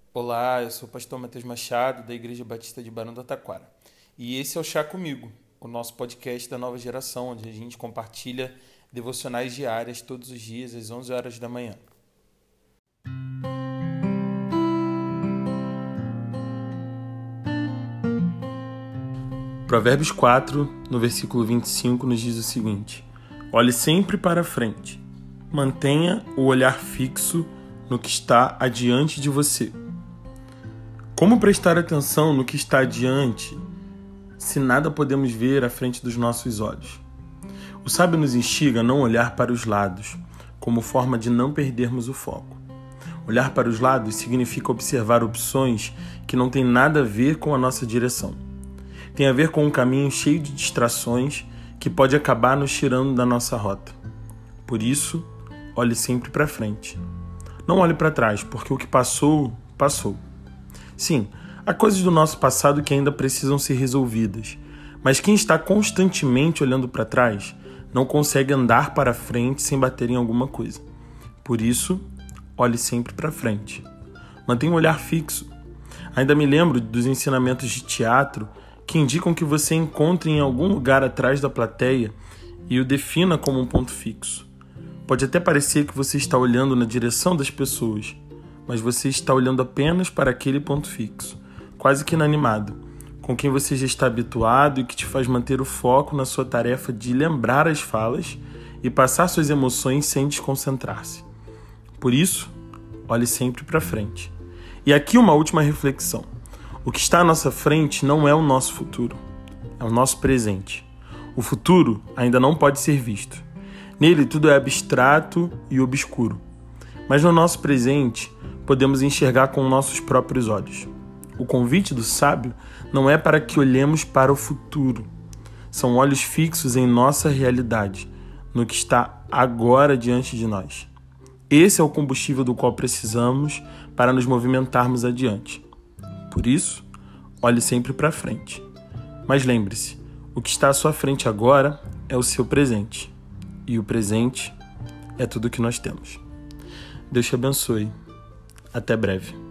Olá, eu sou o pastor Matheus Machado, da Igreja Batista de Barão do Taquara. E esse é o Chá Comigo, o nosso podcast da nova geração, onde a gente compartilha devocionais diárias todos os dias, às 11 horas da manhã. Provérbios 4, no versículo 25, nos diz o seguinte: olhe sempre para frente, mantenha o olhar fixo no que está adiante de você. Como prestar atenção no que está adiante, se nada podemos ver à frente dos nossos olhos? O sábio nos instiga a não olhar para os lados, como forma de não perdermos o foco. Olhar para os lados significa observar opções que não têm nada a ver com a nossa direção. Tem a ver com um caminho cheio de distrações que pode acabar nos tirando da nossa rota. Por isso, olhe sempre para frente. Não olhe para trás, porque o que passou, passou. Sim, há coisas do nosso passado que ainda precisam ser resolvidas, mas quem está constantemente olhando para trás não consegue andar para frente sem bater em alguma coisa. Por isso, olhe sempre para frente. Mantenha o olhar fixo. Ainda me lembro dos ensinamentos de teatro que indicam que você encontre em algum lugar atrás da plateia e o defina como um ponto fixo. Pode até parecer que você está olhando na direção das pessoas, mas você está olhando apenas para aquele ponto fixo, quase que inanimado, com quem você já está habituado e que te faz manter o foco na sua tarefa de lembrar as falas e passar suas emoções sem desconcentrar-se. Por isso, olhe sempre para frente. E aqui uma última reflexão. O que está à nossa frente não é o nosso futuro, é o nosso presente. O futuro ainda não pode ser visto. Nele tudo é abstrato e obscuro. Mas no nosso presente, podemos enxergar com nossos próprios olhos. O convite do sábio não é para que olhemos para o futuro. São olhos fixos em nossa realidade, no que está agora diante de nós. Esse é o combustível do qual precisamos para nos movimentarmos adiante. Por isso, olhe sempre para frente. Mas lembre-se, o que está à sua frente agora é o seu presente. E o presente é tudo o que nós temos. Deus te abençoe. Até breve.